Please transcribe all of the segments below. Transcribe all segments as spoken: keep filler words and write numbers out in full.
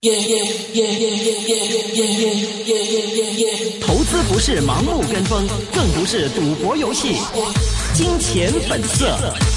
投资不是盲目跟风，更不是赌博游戏。金钱本色。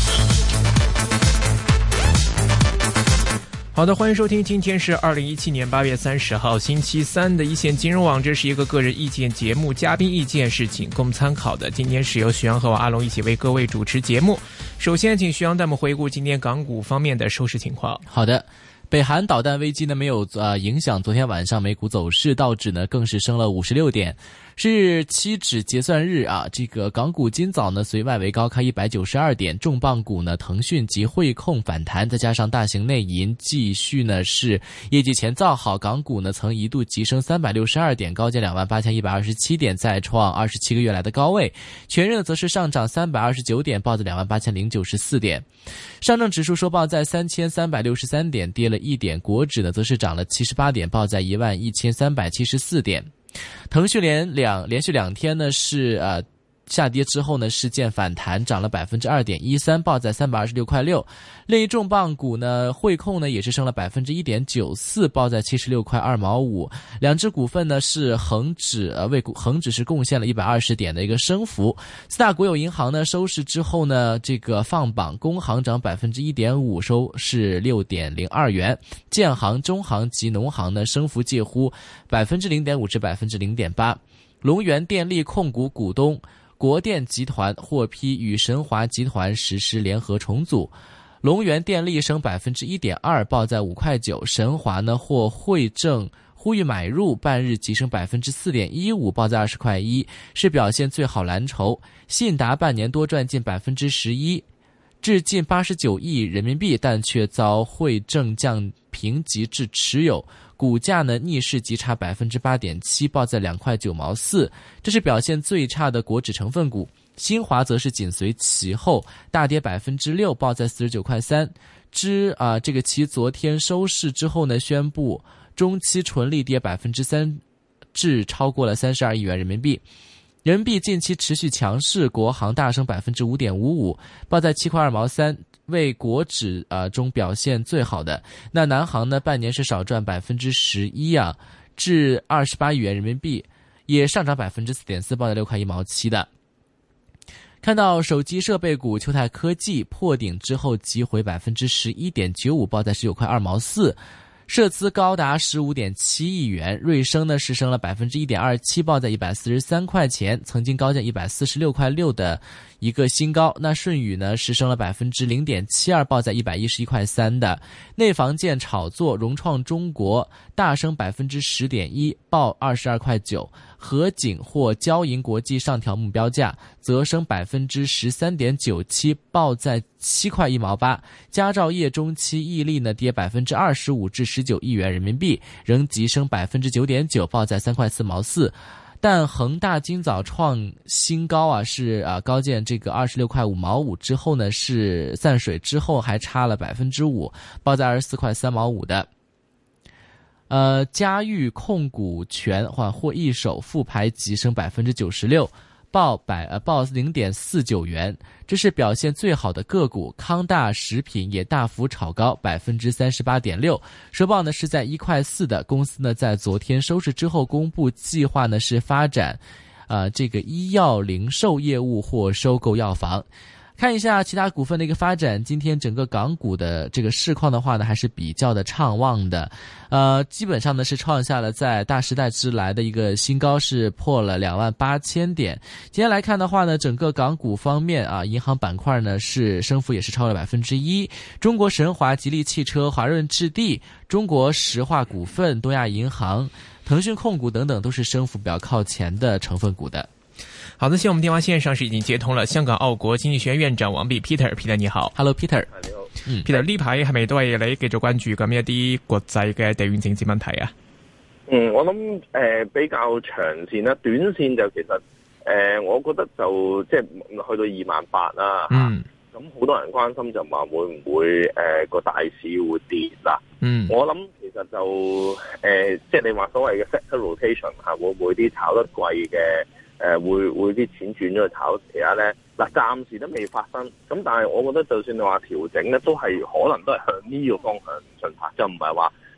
好的，欢迎收听，今天是二零一七年八月三十号星期三的一线金融网，这是一个个人意见节目，嘉宾意见是仅供参考的。今天是由徐阳和我阿龙一起为各位主持节目。首先请徐阳带我们回顾今天港股方面的收市情况。 好的，北韩导弹危机呢没有呃影响昨天晚上美股走势，道指呢更是升了五十六点，是期指结算日啊。这个港股今早呢随外围高开一百九十二点，重磅股呢腾讯及汇控反弹，再加上大型内银继续呢是业绩前造好，港股呢曾一度急升三百六十二点，高见两万八千一百二十七点，再创二十七个月来的高位。全日则是上涨三百二十九点，报在两万八千零九十四点。上证指数收报在三千三百六十三点，跌了一点，国指呢则是涨了七十八点，报在一万一千三百七十四点。腾讯连两连续两天呢是呃下跌之后呢是见反弹，涨了百分之二点一三，报在三百二十六块六。另一重磅股呢，汇控呢也是升了百分之一点九四，报在七十六块二毛五。两只股份呢是恒指呃为股恒指是贡献了一百二十点的一个升幅。四大国有银行呢收市之后呢，这个放榜，工行涨百分之一点五，收是六点零二元。建行、中行及农行呢升幅介乎百分之零点五至百分之零点八。龙源电力控股股东国电集团获批与神华集团实施联合重组，龙源电力升百分之一点二，报在五块九。神华呢获汇证呼吁买入，半日急升百分之四点一五，报在二十块一，是表现最好蓝筹。信达半年多赚近百分之十一，至近八十九亿人民币，但却遭汇证降评级至持有。股价呢逆势急差百分之八点七，报在两块九毛四，这是表现最差的国指成分股。新华则是紧随其后，大跌百分之六，报在四十九块三。之啊，这个其昨天收市之后呢，宣布中期纯利跌百分之三，至超过了三十二亿元人民币。人民币近期持续强势，国行大升百分之五点五五，报在七块二毛三。为国指呃中表现最好的。那南航呢半年是少赚百分之十一啊，至二十八亿元人民币，也上涨百分之四点四，报在六块一毛七的。看到手机设备股秋泰科技破顶之后急回百分之十一点九五，报在十九块二毛四。涉资高达十五点七亿元，瑞声呢是升了百分之一点二七，报在一百四十三块钱，曾经高见一百四十六块六的一个新高。那舜宇呢是升了百分之零点七二，报在一百一十一块三的。内房件炒作，融创中国大升百分之十点一，报二十二块九。合景或交银国际上调目标价，则升百分之十三点九七，报在七块一毛八。佳兆业中期溢利呢跌百分之二十五至十九亿元人民币，仍急升百分之九点九，报在三块四毛四。但恒大今早创新高啊，是啊高见这个二十六块五毛五之后呢是散水之后还差了百分之五，报在二十四块三毛五的。呃，嘉裕控股权或或一手复牌急升百分之九十六，报百呃报零点四九元，这是表现最好的个股。康大食品也大幅炒高百分之三十八点六，收报呢是在一块四的。公司呢在昨天收市之后公布计划呢是发展，呃这个医药零售业务或收购药房。看一下其他股份的一个发展，今天整个港股的这个市况的话呢，还是比较的畅旺的，呃，基本上呢是创下了在大时代之来的一个新高，是破了两万八千点。今天来看的话呢，整个港股方面啊，银行板块呢是升幅也是超了百分之一，中国神华、吉利汽车、华润置地、中国石化股份、东亚银行、腾讯控股等等都是升幅比较靠前的成分股的。 好的，现在我們電話線上是已經接通了香港澳國經濟學院院長王弼 Peter。Peter 你好 ，Hello Peter。 你好， 嗯 ，Peter 呢排係咪都係你繼續關注咁一啲國際嘅地緣政治問題啊？ 嗯，我諗誒、呃、比較長線啦，短線就其實誒、呃，我覺得就即係去到二萬八啦。 嗯。 咁好多人關心就話會唔會誒個、呃、大市會跌啦？ 嗯。 我諗其實就誒、呃，即係你話所謂嘅 sector rotation 嚇，會唔會啲炒得貴嘅？誒、呃、會會啲錢轉咗去炒其他咧，嗱暫時都未發生，咁但係我覺得就算你話調整咧，都係可能都係向呢個方向進發，就唔係話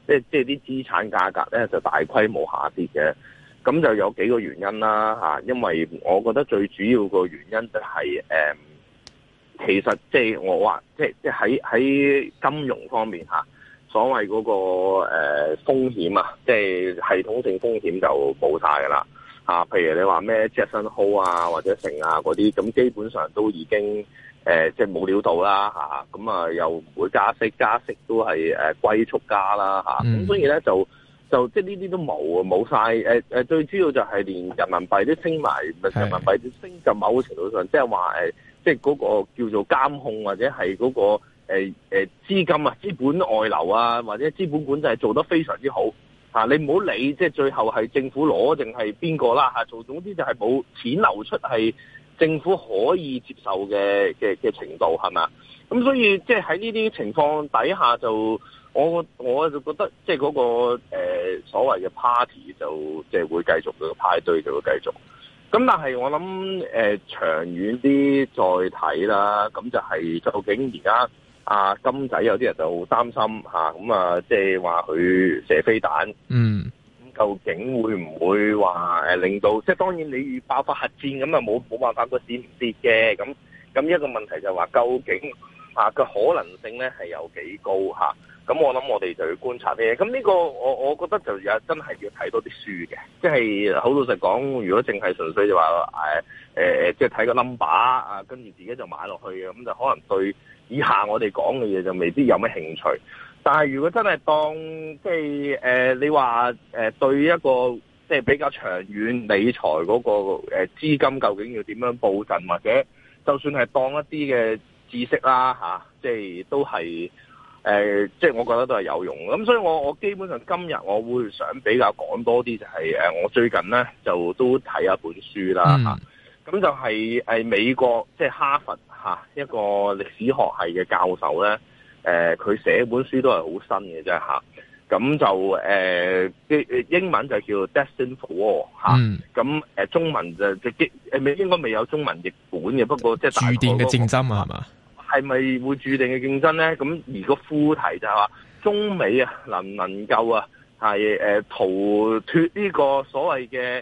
即係即係啲資產價格咧就大規模下跌嘅。咁就有幾個原因啦嚇，因為我覺得最主要個原因就係、是、誒、嗯，其實即係我話即係即係喺喺金融方面嚇，所謂嗰、那個誒、呃、風險啊，即係系統性風險就冇晒㗎啦嚇。譬如你話咩 Jackson Hole 啊或者成啊嗰啲，咁基本上都已經誒、呃、即係冇料到啦嚇。咁啊又唔會加息，加息都係誒龜速加啦嚇。咁、嗯、所以咧就。就即係呢啲都冇啊，冇晒誒誒，最主要就係連人民幣都升埋，人民幣都升，就某程度上即係話誒，即係嗰個叫做監控或者係嗰、嗰個誒誒、呃、資金啊、資本外流啊，或者資本管制係做得非常之好嚇、啊。你唔好理即係最後係政府攞定係邊個啦嚇，做總之就係冇錢流出係政府可以接受嘅嘅嘅程度係嘛？咁所以即係喺呢啲情況底下就。我我就覺得即係嗰個誒、呃、所謂嘅 party 就即係會繼續嘅派對就會繼續，咁但係我諗誒、呃、長遠啲再睇啦，咁就係究竟而家阿金仔有啲人就好擔心吓，咁啊即係話佢射飛彈，嗯，咁究竟會唔會話誒令到即係當然你爆發核戰咁啊冇冇辦法個市唔跌嘅，咁咁一個問題就係話究竟啊個可能性咧係有幾高吓？咁我諗我哋就要觀察啲嘢，咁呢個我我覺得就有真係要睇多啲書嘅，即係好老實講，如果淨係純粹就話誒誒，即係睇個 number 啊，跟住自己就買落去嘅，咁就可能對以下我哋講嘅嘢就未必有咩興趣。但係如果真係當即係誒、呃，你話誒、呃、對一個即係比較長遠理財嗰個誒資金究竟要點樣佈陣，或者就算係當一啲嘅知識啦嚇、啊，即係都係。誒、呃，即係我覺得都係有用，咁所以我我基本上今日我會想比較講多啲，就係誒，我最近咧就都睇一本書啦嚇，咁、嗯、就係誒美國即係哈佛嚇一個歷史學系嘅教授咧，誒、呃、佢寫本書都係好新嘅啫嚇，咁就誒英英文就叫 Destined for War 嚇、嗯，咁誒中文就即係誒未應該未有中文譯本嘅，不過即係大概、那個、注定嘅戰爭啊，係嘛？係咪會注定嘅競爭咧？咁而個副題就係話中美啊，能唔能夠啊係誒逃脫呢個所謂嘅誒誒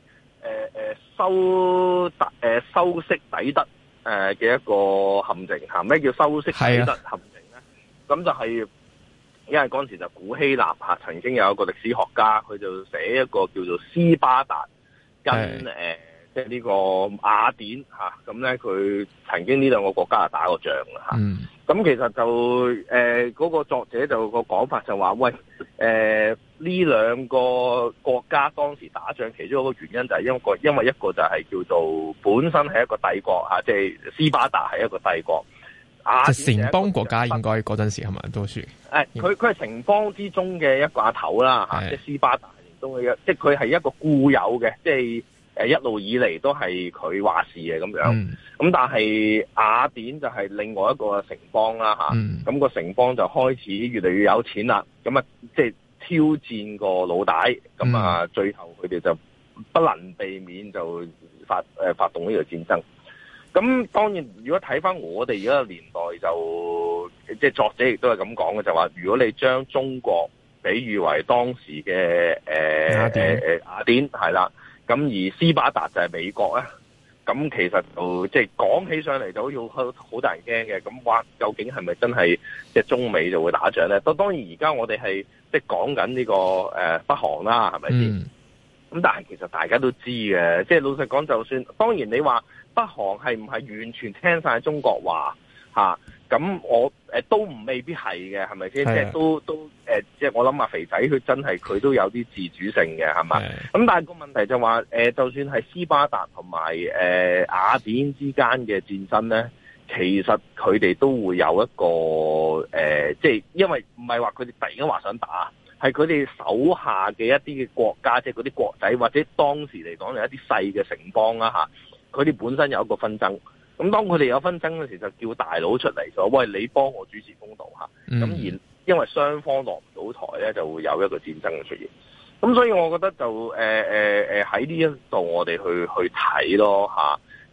收誒、呃、收息抵得誒嘅一個陷阱嚇？咩叫收息抵得陷阱咧？咁就係因為嗰陣時就古希臘嚇曾經有一個歷史學家，佢就寫一個叫做斯巴達跟誒。即係呢個雅典嚇，咁咧佢曾經呢兩個國家係打過仗嘅嚇。咁、嗯、其實就誒嗰、呃那個作者就個講法就話，喂誒呢兩個國家當時打仗，其中一個原因就係因為因為一個就係叫做本身係一個帝國嚇，即、就、係、是、斯巴達係一個帝國。雅典係城邦國家應該嗰陣時係咪都算？誒，佢佢係城邦之中嘅一個阿頭啦嚇，即係斯巴達係其中嘅一，即係佢係一個固有嘅，即係。誒一路以嚟都係佢話事嘅咁樣，咁、嗯、但係雅典就係另外一個城邦啦嚇，咁、嗯那個城邦就開始越嚟越有錢啦，咁啊即係挑戰個老大，咁啊、嗯、最後佢哋就不能避免就發誒發動呢個戰爭。咁當然如果睇翻我哋而家個年代就即係作者亦都係咁講嘅，就話如果你將中國比喻為當時嘅誒誒誒雅典係啦。咁而斯巴達就係美國咧，咁其實就即係講起上嚟就好似好好大人驚嘅，咁話究竟係咪真係即係中美就會打仗咧？當當然而家我哋係即係講緊呢個誒北韓啦，係咪先？咁、嗯、但係其實大家都知嘅，即係老實講，就算當然你話北韓係唔係完全聽晒中國話嚇？咁我誒都唔未必係嘅，係咪先？即係都都誒，即係我諗阿肥仔佢真係佢都有啲自主性嘅，係嘛？咁但係個問題就話誒，就算係斯巴達同埋誒雅典之間嘅戰爭咧，其實佢哋都會有一個誒，即係因為唔係話佢哋突然間話想打，係佢哋手下嘅一啲嘅國家，即係嗰啲國仔或者當時嚟講係一啲細嘅城邦啦嚇，佢哋本身有一個紛爭。咁當佢哋有紛爭嘅時候，就叫大佬出嚟就喂，你幫我主持公道嚇。咁、嗯、而因為雙方落唔到台咧，就會有一個戰爭嘅出現。咁所以我覺得就誒誒誒喺呢一度我哋去去睇咯嚇。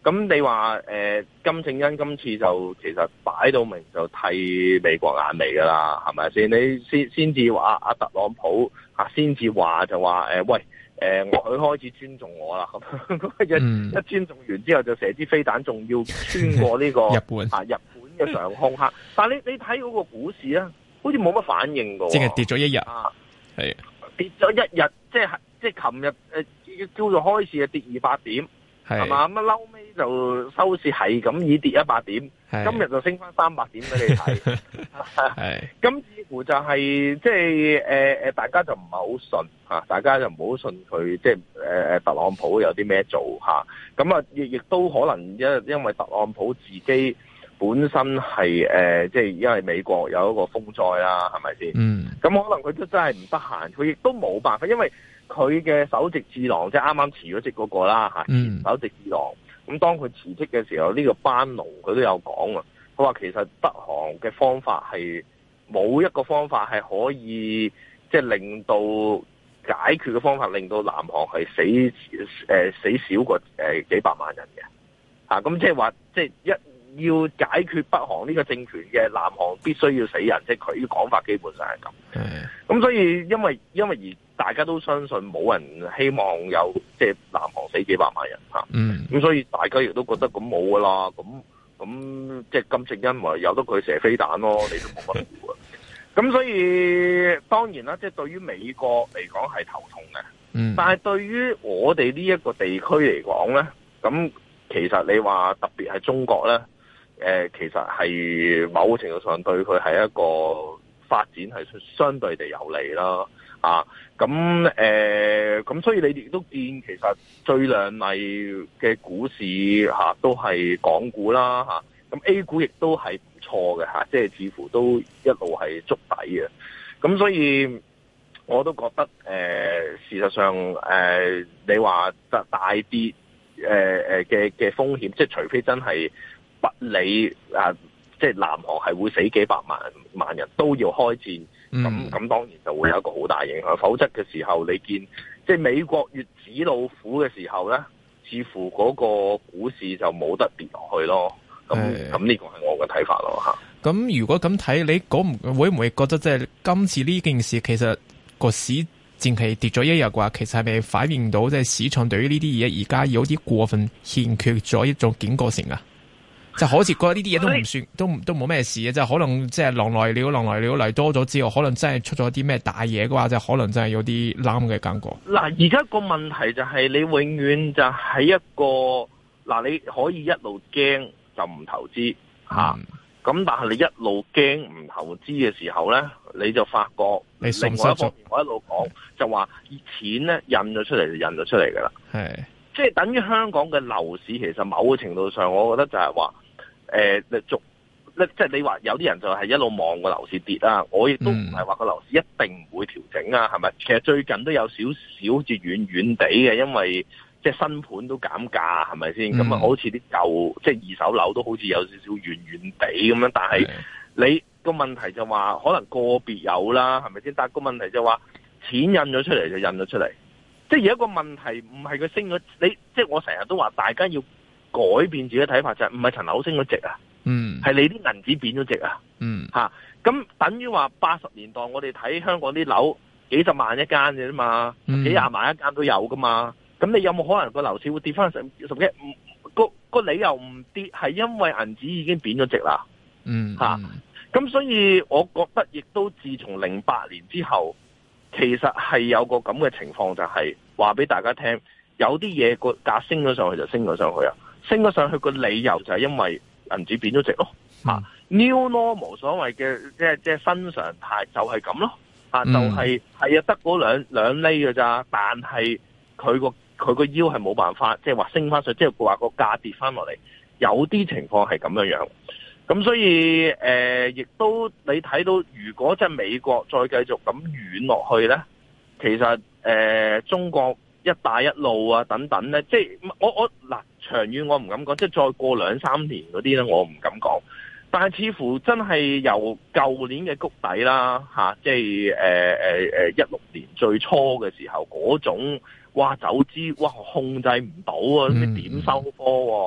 咁你話誒、呃、金正恩今次就其實擺到明就替美國眼眉㗎啦，係咪先？你先先至話阿特朗普啊，先至話就話誒、呃、喂誒、呃，佢開始尊重我啦，咁一、嗯、一尊重完之後就射支飛彈，仲要穿過呢、這個日本啊日本嘅上空嚇。但係你你睇嗰個股市咧，好似冇乜反應㗎喎， 淨係跌咗一日， 啊， 係跌咗一日，即係即係琴日誒叫做開市啊跌二百點。係嘛，咁啊嬲尾就收市係咁以跌一百點，今日就升翻三百點俾你睇。係，咁似乎就係即係誒誒，大家就唔係好信吓，大家就唔好信佢即係誒誒特朗普有啲咩做吓。咁啊，亦亦都可能因因為特朗普自己本身係誒即係因為美國有一個風災啦，係咪先？嗯。咁可能佢都真係唔得閒，佢亦都冇辦法，因為。佢嘅首席智囊即係啱啱辭咗職嗰個啦嚇，前首席智囊。咁當佢辭職嘅時候，呢、這個班農佢都有講啊。佢話其實北韓嘅方法係冇一個方法係可以即係、就是、令到解決嘅方法，令到南韓係死誒、呃、死少過誒、呃、幾百萬人嘅嚇。咁即係話即係一要解決北韓呢個政權嘅南韓必須要死人，即係佢嘅講法基本上係咁。咁所以因為因為而大家都相信冇人希望有即係南韓死幾百萬人嚇，咁、嗯、所以大家亦都覺得咁冇噶啦，咁咁即係金正恩咪由得佢射飛彈咯，你都冇乜估啊。咁所以當然啦，即係對於美國嚟講係頭痛嘅，嗯、但係對於我哋呢一個地區嚟講咧，咁其實你話特別係中國咧，誒、呃、其實係某程度上對佢係一個發展係相對地有利啦。啊，咁誒，咁、呃、所以你亦都見其實最亮麗嘅股市嚇、啊、都係港股啦嚇，咁、啊、A 股亦都係唔錯嘅嚇，即係似乎都一路係築底嘅。咁所以我都覺得誒、呃，事實上誒、呃，你話大大跌誒誒嘅嘅風險，即係除非真係不理啊，即係南韓係會死幾百萬萬人都要開戰。咁咁、嗯、當然就會有一個好大影響，否則嘅時候你見即係美國越紙老虎嘅時候咧，似乎嗰個股市就冇得跌落去咯。咁咁呢個係我嘅睇法咯嚇。 咁如果咁睇，你講唔會唔會覺得即係今次呢件事其實個市淨係跌咗一日嘅話，其實係咪反映到即係市場對於呢啲嘢而家有啲過分欠缺咗一種警覺性啊？就好似覺得呢啲嘢都唔算，都都冇咩事嘅，即係可能即係狼來了，狼來了嚟多咗之後，可能真係出咗啲咩大嘢嘅話，就可能真係有啲冧嘅感覺。 嗱，而家個問題就係你永遠就喺一個嗱，你可以一路驚就唔投資吓，咁、嗯啊、但係你一路驚唔投資嘅時候咧，你就發覺你另外一方面我一路講就話錢咧印咗出嚟就印咗出嚟噶啦，係即係等於香港嘅樓市，其實某個程度上，我覺得就係話。誒，你逐咧，即係你話有啲人就係一路望個樓市跌啦，我亦都唔係話個樓市一定唔會調整啊，係咪？其實最近都有少少好似遠遠地嘅，因為即係新盤都減價，係咪先？咁啊、嗯，好似啲舊即係二手樓都好似有少少遠遠地咁樣，但係你個問題就話可能個別有啦，係咪先？但係個問題就話錢印咗出嚟就印咗出嚟，即係而家個問題唔係佢升咗，你即係我成日都話大家要。改變自己睇法就係唔係層樓升咗值啊，嗯，係你啲銀紙貶咗值啊，嗯，吓咁、啊、等於話八十年代我哋睇香港啲樓幾十萬一間嘅啫嘛，嗯、幾廿萬一間都有噶嘛，咁你有冇可能個樓市會跌翻十十幾？個個理由唔跌係因為銀紙已經貶咗值啦，嗯，吓、啊、咁所以我覺得亦都自從零八年之後，其實係有個咁嘅情況，就係話俾大家聽，有啲嘢個價升咗上去就升咗上去啊。升咗上去個理由就係因為銀紙貶咗值咯，吓、嗯、New Normal 所謂嘅即係即係新常態就係咁咯，吓、嗯、就係係啊得嗰兩兩厘㗎咋，但係佢個佢個腰係冇辦法即係話升翻上，即係話個價跌翻落嚟，有啲情況係咁樣樣，咁所以誒亦、呃、都你睇到，如果即係美國再繼續咁軟落去咧，其實誒、呃、中國。一帶一路啊，等等咧，即係我我嗱長遠我唔敢講，即係再過兩三年嗰啲咧，我唔敢講。但係似乎真係由舊年嘅谷底啦，嚇、啊，即係誒誒誒一六年最初嘅時候嗰種，哇走資哇控制唔到啊，啲點收科喎，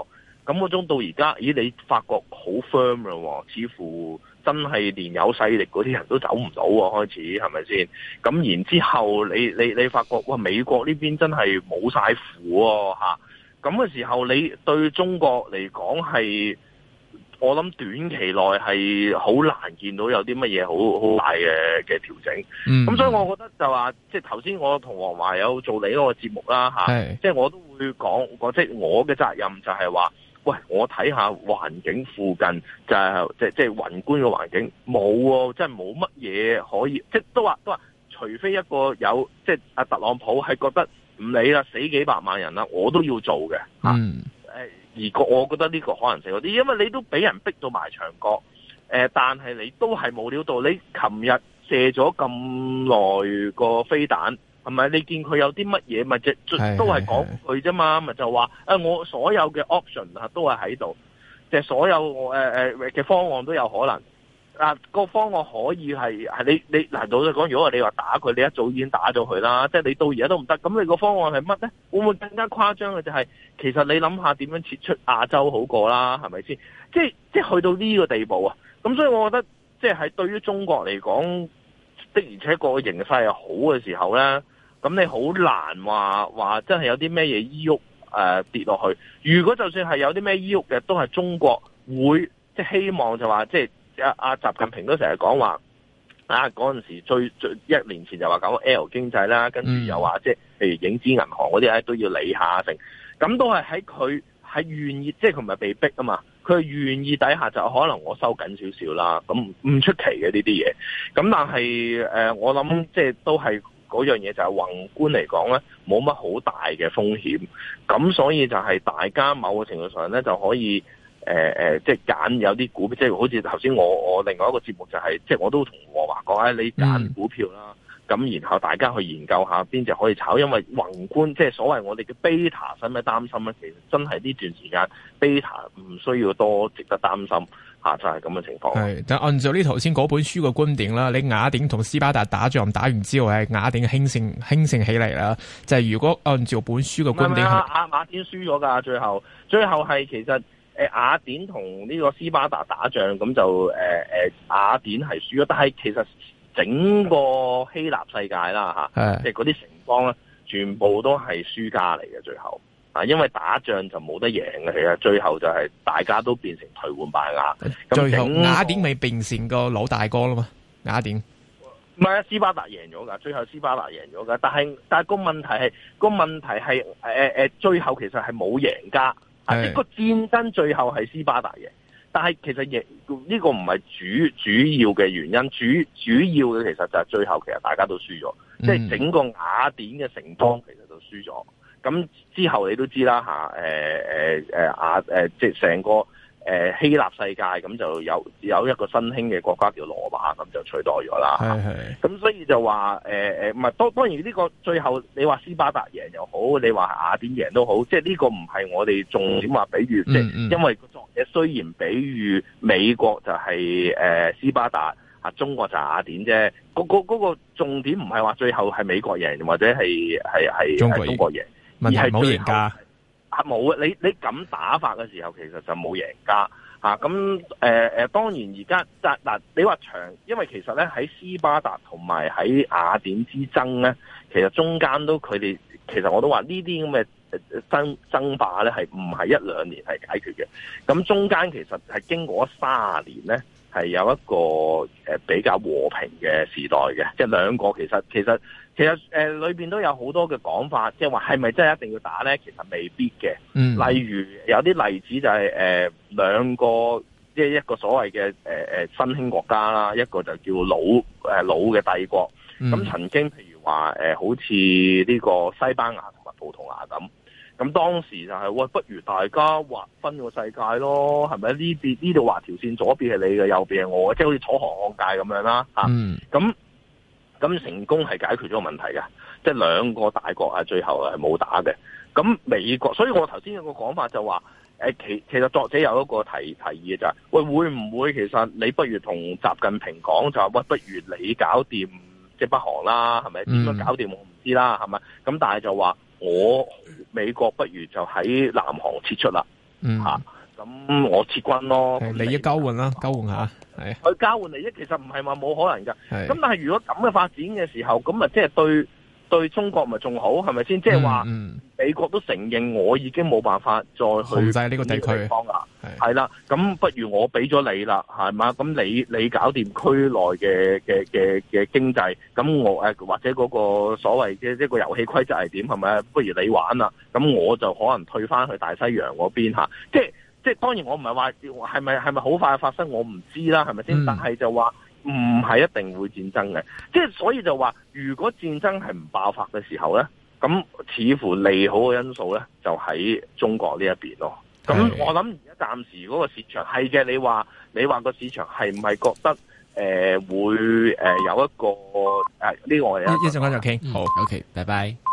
咁嗰種到而家，咦？你發覺好 firm 啦喎，似乎真係連有勢力嗰啲人都走唔到喎，開始係咪先？咁然之後你，你你你發覺哇，美國呢邊真係冇晒符喎嚇。咁嘅時候，你對中國嚟講係，我諗短期內係好難見到有啲乜嘢好好大嘅嘅調整。咁、嗯、所以我覺得就話，即係頭先我同黃華有做你嗰個節目啦嚇，即係我都會講，我即係我嘅責任就係話，喂，我睇下環境附近就係即係即係宏觀嘅環境冇喎，即係冇乜嘢可以，即係都話都話，除非一個有即係阿特朗普係覺得。唔理啦，死幾百萬人啦，我都要做嘅嚇。誒、嗯，而個我覺得呢個可能性嗰啲，因為你都俾人逼到埋牆角。誒、呃，但係你都係冇料到，你琴日射咗咁耐個飛彈，係咪？你見佢有啲乜嘢，咪即都係講佢啫嘛？咪就話誒、呃，我所有嘅 option 啊都係喺度，即係所有誒誒嘅方案都有可能。嗱、啊，個方案可以係係你你嗱，老實講，如果你話打佢，你一早已經打咗佢啦，即係你到而家都唔得，咁你個方案係乜咧？會唔會更加誇張嘅就係、是，其實你諗下點樣撤出亞洲好過啦，係咪先？即係即係去到呢個地步啊！咁所以我覺得，即係喺對於中國嚟講，的而且確個形勢係好嘅時候咧，咁你好難話話真係有啲咩嘢依郁誒跌落去。如果就算係有啲咩依郁嘅，都係中國會即係希望就話即係。阿阿習近平都成日講話，啊嗰陣時最最一年前就話搞 L 經濟啦，跟住又話即係譬如影子銀行嗰啲咧都要理下成，咁都係喺佢係願意，即係佢唔係被逼啊嘛，佢係願意底下就可能我收緊少少啦，咁唔出奇嘅呢啲嘢。咁但係誒、呃，我諗即係都係嗰樣嘢就係宏觀嚟講咧，冇乜好大嘅風險，咁所以就係大家某個程度上咧就可以。誒、呃、誒，即係揀有啲股票，即係好似頭先我我另外一個節目就係、是，即係我都同和華講咧，你揀股票啦，咁、嗯、然後大家去研究下邊隻可以炒，因為宏觀即係所謂我哋嘅 beta 使咩擔心咧？其實真係呢段時間 beta 唔需要多值得擔心嚇，就係咁嘅情況。係， 但按照呢頭先嗰本書嘅觀點啦，你雅典同斯巴達打仗打完之後係雅典興盛興盛起嚟啦，就係、是、如果按照本書嘅觀點， 阿阿雅典輸咗㗎，最後最後係其實。誒雅典同呢個斯巴達打仗，咁就誒誒、呃、雅典係輸咗，但係其實整個希臘世界啦嚇，即係嗰啲城邦咧，全部都係輸家嚟嘅最後啊，因為打仗就冇得贏嘅，其實最後就係大家都變成頹垣敗瓦。 最後雅典咪變成個老大哥啦嘛？雅典唔係啊，斯巴達贏咗㗎，最後斯巴達贏咗㗎，但係但係個問題係個問題係誒誒最後其實係冇贏家。啊！呢個戰爭最後係斯巴達贏，但係其實亦呢個唔係主主要嘅原因，主主要嘅其實就係最後其實大家都輸咗，即係整個雅典嘅城邦其實就輸咗。咁之後你都知啦嚇，誒誒誒雅誒即係成個誒希臘世界咁就有有一個新興嘅國家叫羅馬，咁就取代咗啦。係係。咁所以就話誒誒，唔係當當然呢個最後你話斯巴達贏又好，你話雅典贏都好，即係呢個唔係我哋重點話比喻，即、嗯、係、嗯、因為個作者雖然比喻美國就係、是、誒、呃、斯巴達啊，中國就係雅典啫。嗰、那個嗰個重點唔係話最後係美國贏或者係係係中國贏，而係冇贏家。冇啊！你你咁打法嘅時候，其實就冇贏家嚇。咁誒誒，當然而家嗱嗱，你話長，因為其實咧喺斯巴達同埋喺雅典之爭咧，其實中間都佢哋，其實我都話呢啲咁嘅爭爭霸咧，係唔係一兩年係解決嘅？咁中間其實係經過三十年咧，係有一個誒比較和平嘅時代嘅，即係兩個其實其實。其實誒裏邊都有好多嘅講法，即係話係咪真係一定要打咧？其實未必嘅。嗯，例如有啲例子就係誒兩個，即係一個所謂嘅誒誒新興國家啦，一個就叫老誒老嘅帝國。咁、嗯、曾經譬如話誒，好似呢個西班牙同埋葡萄牙咁。咁當時就係、是、喂，不如大家劃分個世界咯，係咪？呢邊呢度畫條線，左邊係你嘅，右邊係我嘅，即係好似楚河漢界咁樣啦。嗯，咁。咁成功係解決咗個問題嘅，即係兩個大國啊，最後係冇打嘅。咁美國，所以我頭先有個講法就話，誒其其實作者有一個提提議嘅就係、是，喂會唔會其實你不如同習近平講就話，喂不如你搞掂即係北韓啦，係咪？點樣搞掂我唔知啦，係咪？咁但係就話我美國不如就喺南韓撤出啦，嚇、嗯。 咁我撤軍咯， 利益交換啦，交換下，係佢交換利益，其實唔係話冇可能㗎。 係咁但係如果咁嘅發展嘅時候，咁咪即係對對中國咪仲好，係咪先？即係話美國都承認我已經冇辦法再去控制呢個地區啦，係啦。咁不如我俾咗你啦，係嘛？咁你你搞掂區內嘅嘅嘅嘅經濟，咁我誒或者嗰個所謂嘅一個遊戲規則係點係咪？不如你玩啦，咁我就可能退翻去大西洋嗰邊嚇，即係。即係當然我唔係話係咪係咪好快發生我唔知啦，係咪先？嗯、但係就話唔係一定會戰爭嘅，即係所以就話如果戰爭係唔爆發嘅時候咧，咁似乎利好嘅因素咧就喺中國呢一邊咯。咁我諗而家暫時嗰個市場係嘅，你話你話個市場係唔係覺得誒、呃、會誒有一個誒呢、呃這個我哋一陣間就傾好 OK，拜拜。